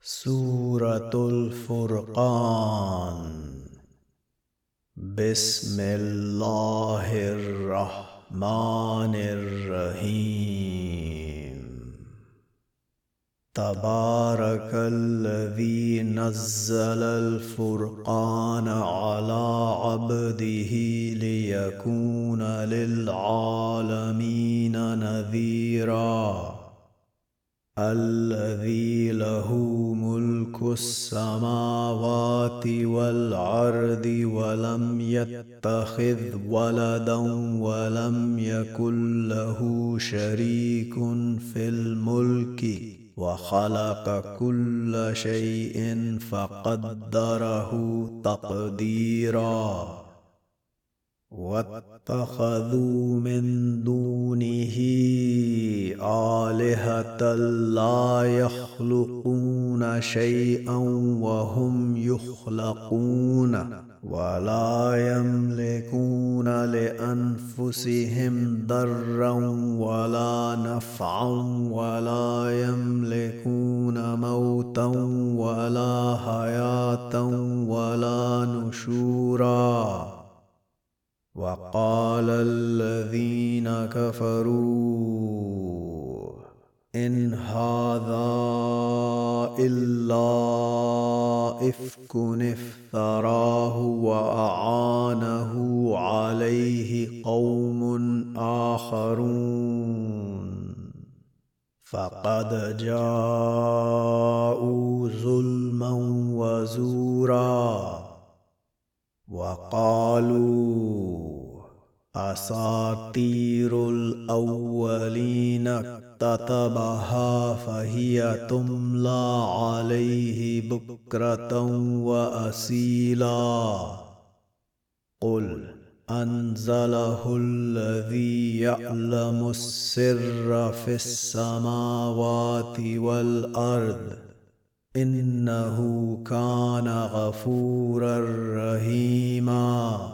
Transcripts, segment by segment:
سورة الفرقان. بسم الله الرحمن الرحيم. تبارك الذي نزل الفرقان على عبده ليكون للعالمين نذيرا. الذي له ملك السماوات والأرض ولم يتخذ ولدا ولم يكن له شريك في الملك وخلق كل شيء فقدره تقديرا. واتخذوا من دونه آلهة لا يخلقون شيئا وهم يخلقون ولا يملكون لأنفسهم ضرا ولا نفعا ولا يملكون موتا ولا حياة ولا نشورا. وقال الذين كفروا إن هذا إلا إفك افتراه وأعانه عليه قوم آخرون فقد جاءوا ظلما وزورا. وقالوا أساطير الأولين اكتتبها فهي تملى عليه بكرة وأصيلا. قل أنزله الذي يعلم السر في السماوات والأرض إنه كان غفورا رحيما.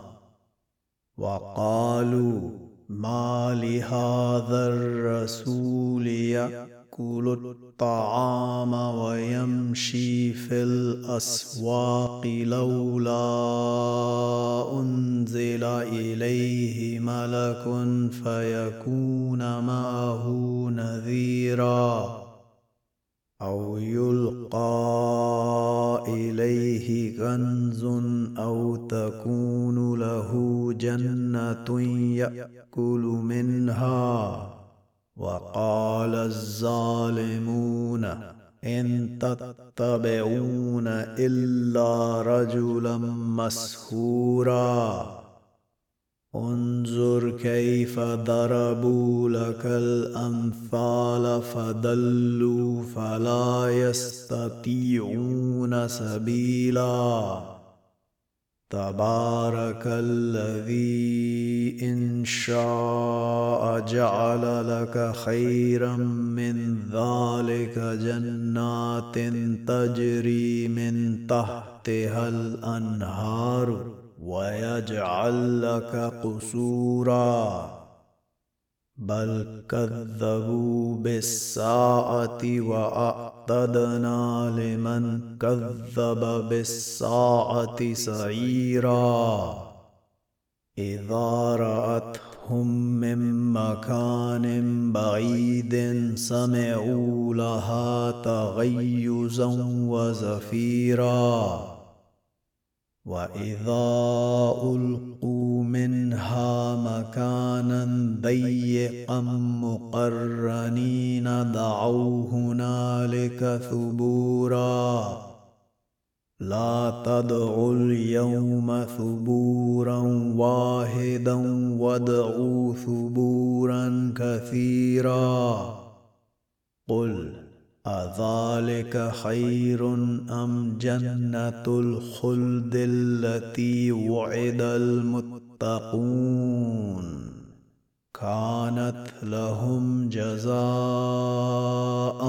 وقالوا ما لهذا الرسول يأكل الطعام ويمشي في الأسواق لولا أنزل إليه ملك فيكون معه نذيرا أو يلقى إليه كنز أو تكون له جنة يأكل منها. وقال الظالمون إن تتبعون إلا رجلا مسحورا. انظر كيف ضربوا لك الأمثال فضلوا فلا يستطيعون سبيلا. تبارك الذي إن شاء جعل لك خيرا من ذلك جنات تجري من تحتها الأنهار ويجعل لك قصورا. بل كذبوا بالساعة وأعتدنا لمن كذب بالساعة سعيرا. إذا رأتهم من مكان بعيد سمعوا لها تغيظا وزفيرا. وإذا ألقوا منها مكانا ضيقا مقرنين دعوا هنالك ثبورا. لا تدعوا اليوم ثبورا واحدا وادعوا ثبورا كثيرا. قل أذلك خير أم جنة الخلد التي وعد المتقون كانت لهم جزاء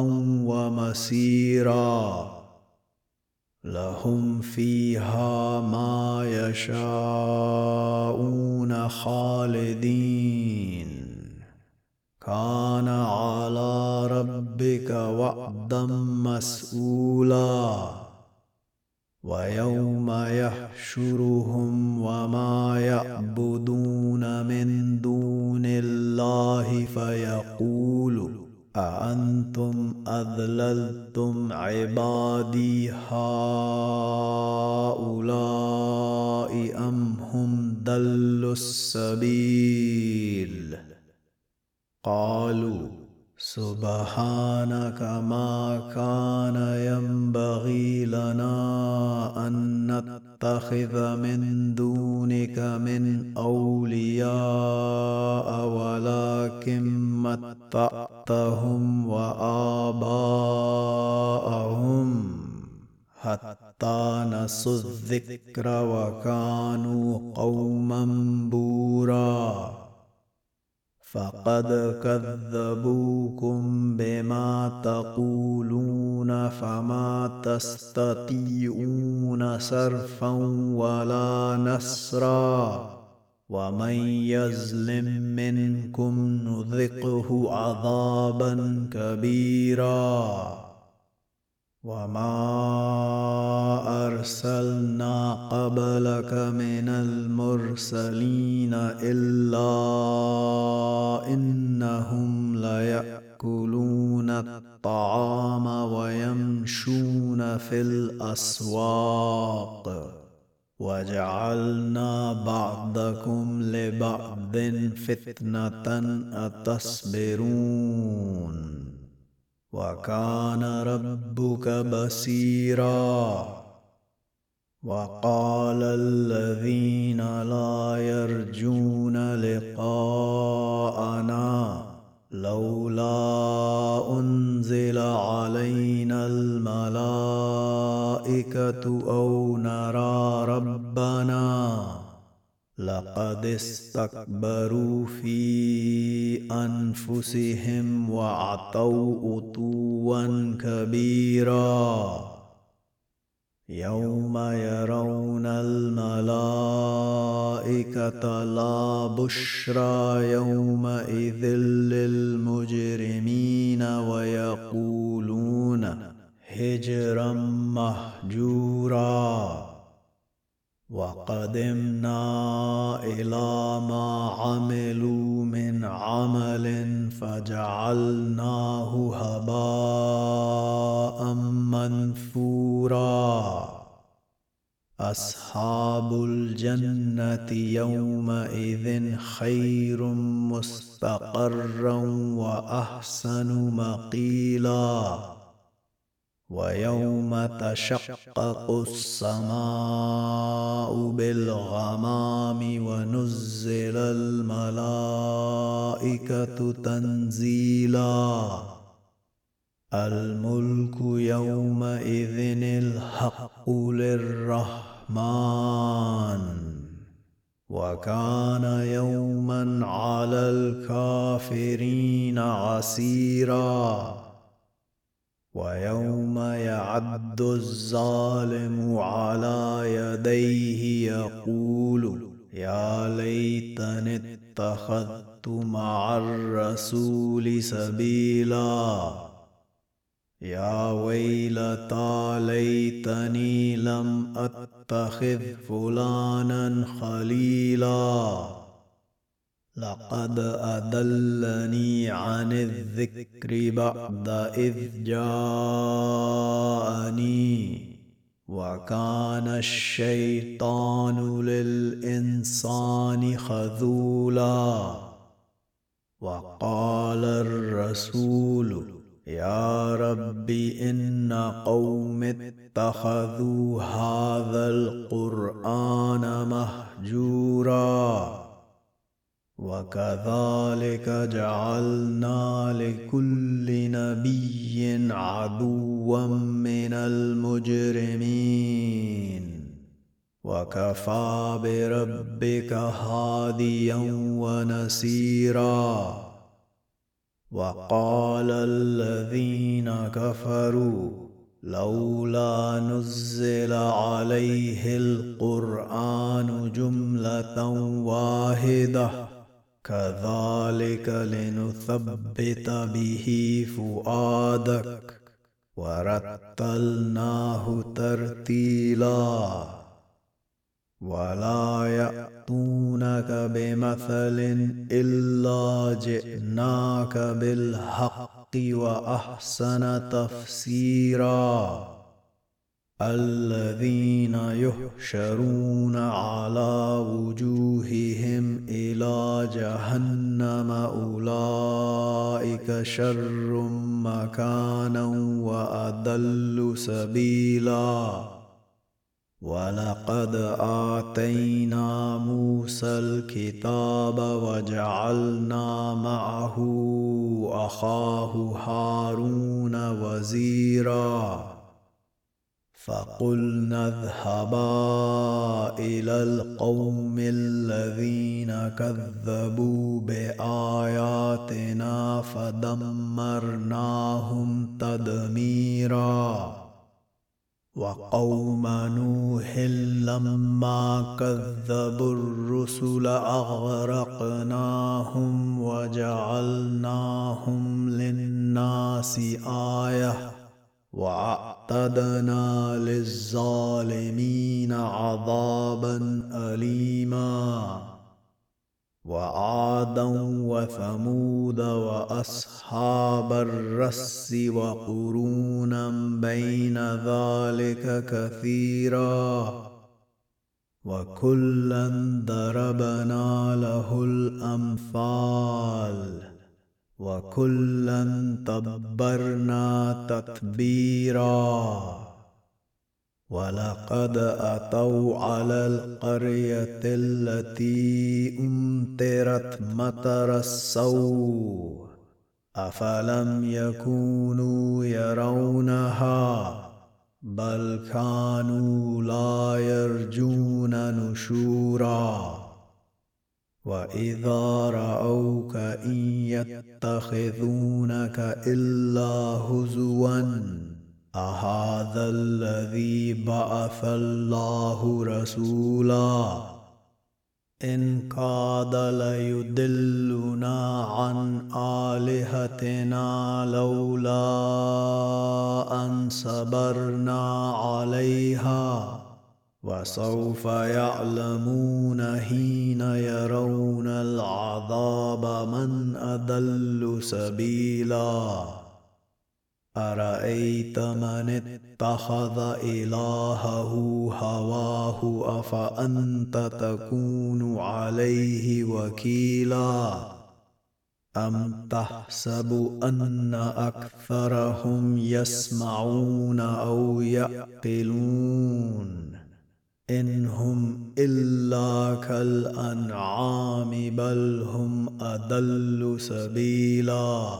ومصيرا. لهم فيها ما يشاءون خالدين كان على ربك وعدا مسئولا ويوم يحشرهم وما يعبدون من دون الله فيقول أأنتم أضللتم عبادي هؤلاء أم هم ضلوا السبيل قالوا سبحانك ما كان ينبغي لنا أن نتخذ من دونك من أولياء ولكن متعتهم وآباءهم حتى نسوا الذكر وكانوا قوما بورا فقد كذبوكم بما تقولون فما تستطيعون صرفا ولا نصرا ومن يظلم منكم نذقه عذابا كبيرا وما أرسلنا قبلك من المرسلين إلا إنهم ليأكلون الطعام ويمشون في الأسواق وجعلنا بعضكم لبعض فتنة أتصبرون وكان ربك بصيرا وقال الذين لا يرجون لقاءنا لولا أنزل علينا الملائكة أو نرى ربنا لقد استكبروا في أنفسهم وعتوا عتوا كبيرا يوم يرون الملائكة لا بشرى يومئذ للمجرمين ويقولون هجرا مهجورا وقدمنا إلى ما عملوا من عمل فجعلناه هباء منثورا أصحاب الجنة يومئذ خير مستقرا وأحسن مقيلا ويوم تشقق السماء بالغمام ونزل الملائكة تنزيلا الملك يومئذ الحق للرحمن وكان يوما على الكافرين عسيرا ويوم يعض الظالم على يديه يقول يا ليتني اتخذت مع الرسول سبيلا يا ويلتى ليتني لم أتخذ فلانا خليلا لقد أضلني عن الذكر بعد إذ جاءني وكان الشيطان للإنسان خذولا وقال الرسول يا رب إن قوم اتخذوا هذا القرآن مهجورا وكذلك جعلنا لكل نبي عدوا من المجرمين وكفى بربك هاديا ونصيرا وقال الذين كفروا لولا نزل عليه القرآن جملة واحدة كذلك لنثبت به فؤادك ورتلناه ترتيلا ولا يأتونك بمثل إلا جئناك بالحق وأحسن تفسيرا الذين يحشرون على وجوههم إلى جهنم أولئك شر مكانا وأضل سبيلا ولقد آتينا موسى الكتاب وجعلنا معه أخاه هارون وزيرا فقلنا اذهبا إلى القوم الذين كذبوا بآياتنا فدمرناهم تدميرا وقوم نوح لما كذبوا الرسل أغرقناهم وجعلناهم للناس آية وأعتدنا للظالمين عذابا أليما وعادا وثمود وأصحاب الرس وقرونا بين ذلك كثيرا وكلا ضربنا له الأمثال وكلا تبرنا تتبيرا ولقد أتوا على القرية التي أمطرت مطر السوء أفلم يكونوا يرونها بل كانوا لا يرجون نشورا وإذا رأوك إن يتخذونك إلا هزوا أهذا الذي بعث الله رسولا إن كاد ليضلنا عن آلهتنا لولا أن صبرنا عليها وسوف يعلمون حين يرون العذاب من أضل سبيلا أرأيت من اتخذ إلهه هواه أفأنت تكون عليه وكيلا أم تحسب أن أكثرهم يسمعون أو يعقلون إن هم إلا كالأنعام بل هم أضل سبيلا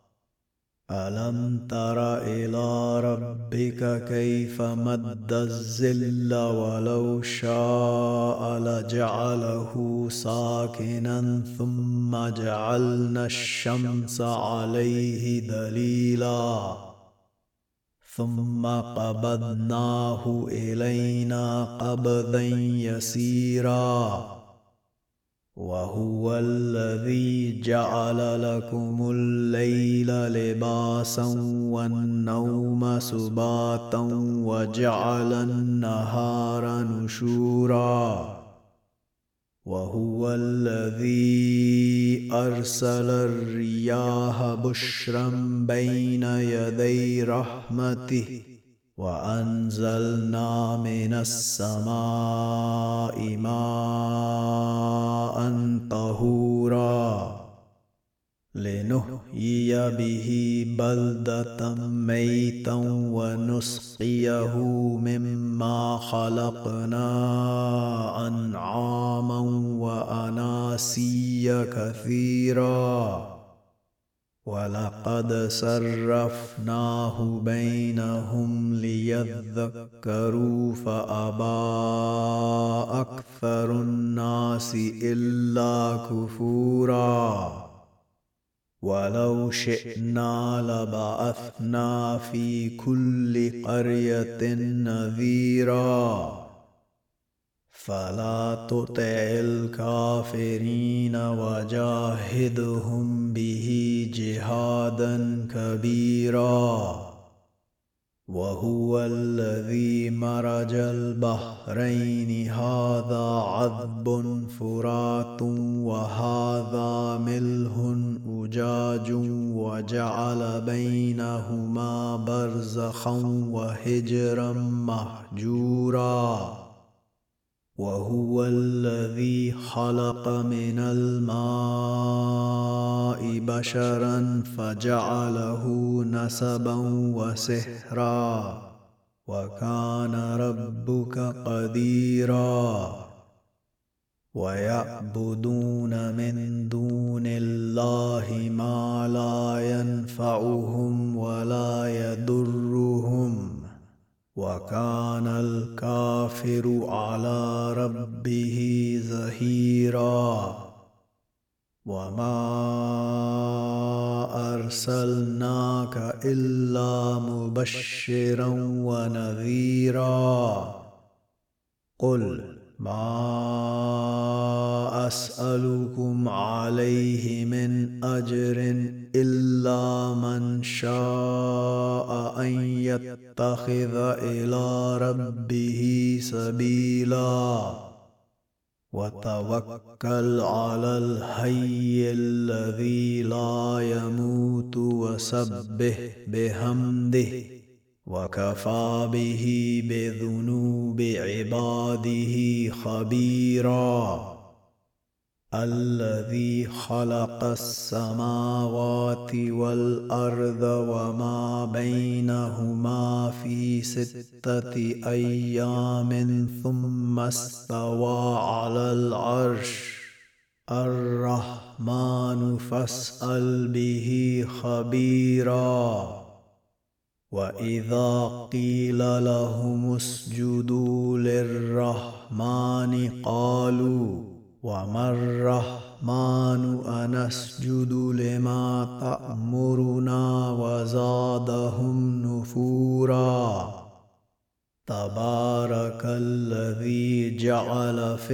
ألم تر إلى ربك كيف مد الظل ولو شاء لجعله ساكنا ثم جعلنا الشمس عليه دليلا ثم قبضناه إلينا قبضا يسيرا وهو الذي جعل لكم الليل لباسا والنوم سباتا وجعل النهار نشورا وهو الذي أرسل الرياح بشرا بين يدي رحمته وأنزلنا من السماء ماء طهورا لنحيي به بلدة ميتا ونسقيه مما خلقنا أنعاما وأناسيا كثيرا ولقد صرفناه بينهم ليذكروا فأبى أكثر الناس إلا كفورا ولو شئنا لبعثنا في كل قرية نذيرا فلا تطع الكافرين وجاهدهم به جهادا كبيرا. وهو الذي مرج البحرين هذا عذب فرات وهذا ملح أجاج وجعل بينهما برزخا وحجرا محجورا. وهو الذي خلق من الماء بشرا فجعله نسبا وسحرا وكان ربك قديرا. ويعبدون من دون الله ما لا ينفعهم ولا يضرهم وكان الكافر على ربه زهيرا. وما أرسلناك إلا مبشرا ونذيرا. قل ما أسألكم عليه من أجر إلا من شاء أن يتخذ إلى ربه سبيلا. وتوكل على الحي الذي لا يموت وسبح بحمده وكفى به بذنوب عباده خبيرا. الذي خلق السماوات والأرض وما بينهما في 6 أيام ثم استوى على العرش. الرحمن فاسأل به خبيرا. وإذا قيل لهم اسجدوا للرحمن قالوا وما الرحمن أنسجد لما تأمرنا وزادهم نفورا. تبارك الذي جعل في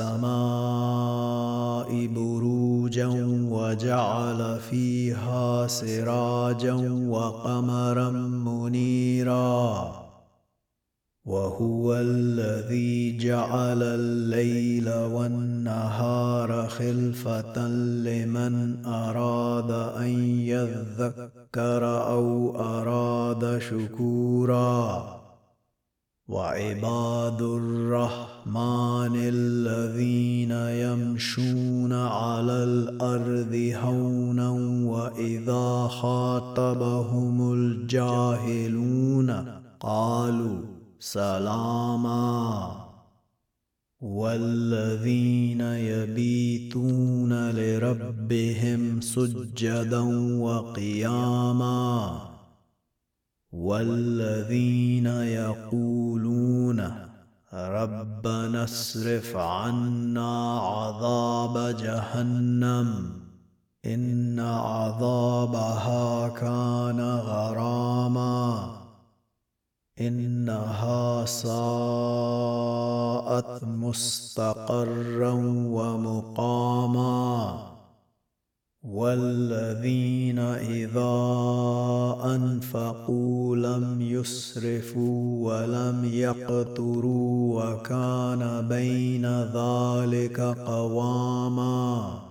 السماء بروجا وجعل فيها سراجا وقمرا منيرا. وهو الذي جعل الليل والنهار خلفة لمن أراد أن يذكر أو أراد شكورا. وعباد الرحمن الذين يمشون على الأرض هونا وإذا خاطبهم الجاهلون قالوا سلاما. والذين يبيتون لربهم سجدا وقياما. والذين يقولون ربنا اصرف عنا عذاب جهنم إن عذابها كان غراما إنها ساءت مستقرا ومقاما. والذين إذا أنفقوا لم يسرفوا ولم يقتروا وكان بين ذلك قواما.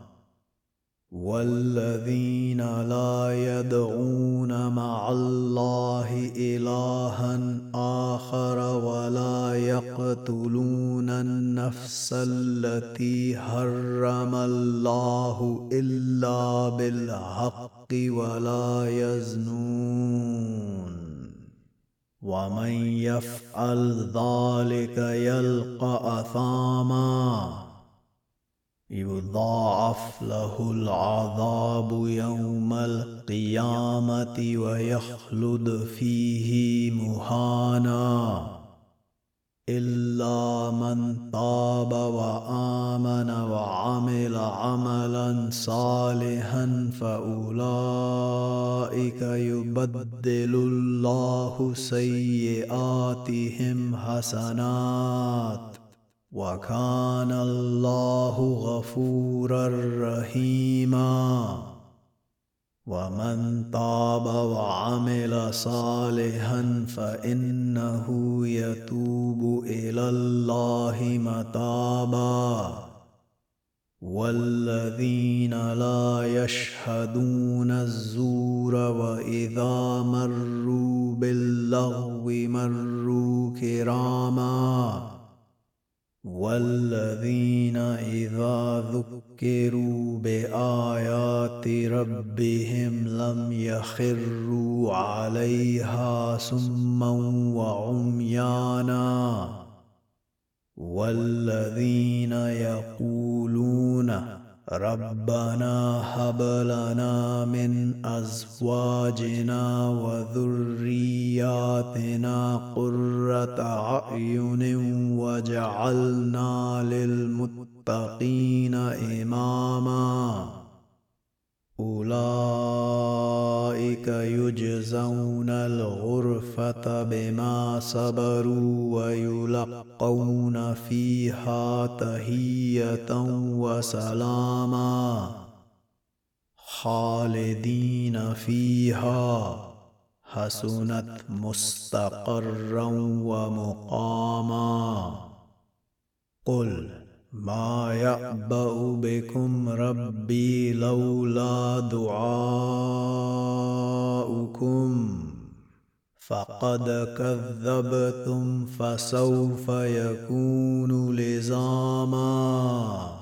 والذين لا يدعون مع الله إلها آخر ولا يقتلون النفس التي حرم الله إلا بالحق ولا يزنون. ومن يفعل ذلك يلقى أثاما يضاعف له العذاب يوم القيامة ويخلد فيه مهانا إلا من تاب وآمن وعمل عملا صالحا فأولئك يبدل الله سيئاتهم حسنات وكان الله غفورا رحيما. ومن تاب وعمل صالحا فإنه يتوب إلى الله متابا. والذين لا يشهدون الزور وإذا مروا باللغو مروا كراما. والذين إذا ذكروا بآيات ربهم لم يخروا عليها سما وعميانا. والذين يقولون ربنا هب لنا من أزواجنا وذرياتنا قرة أعين واجعلنا للمتقين إماما. أولئك يجزون الغرفة بما صبروا ويلقون فيها تحية وسلاما خالدين فيها حسنت مستقرا ومقاما. قل ما يعبأ بكم ربي لولا دعاؤكم فقد كذبتم فسوف يكون لزاما.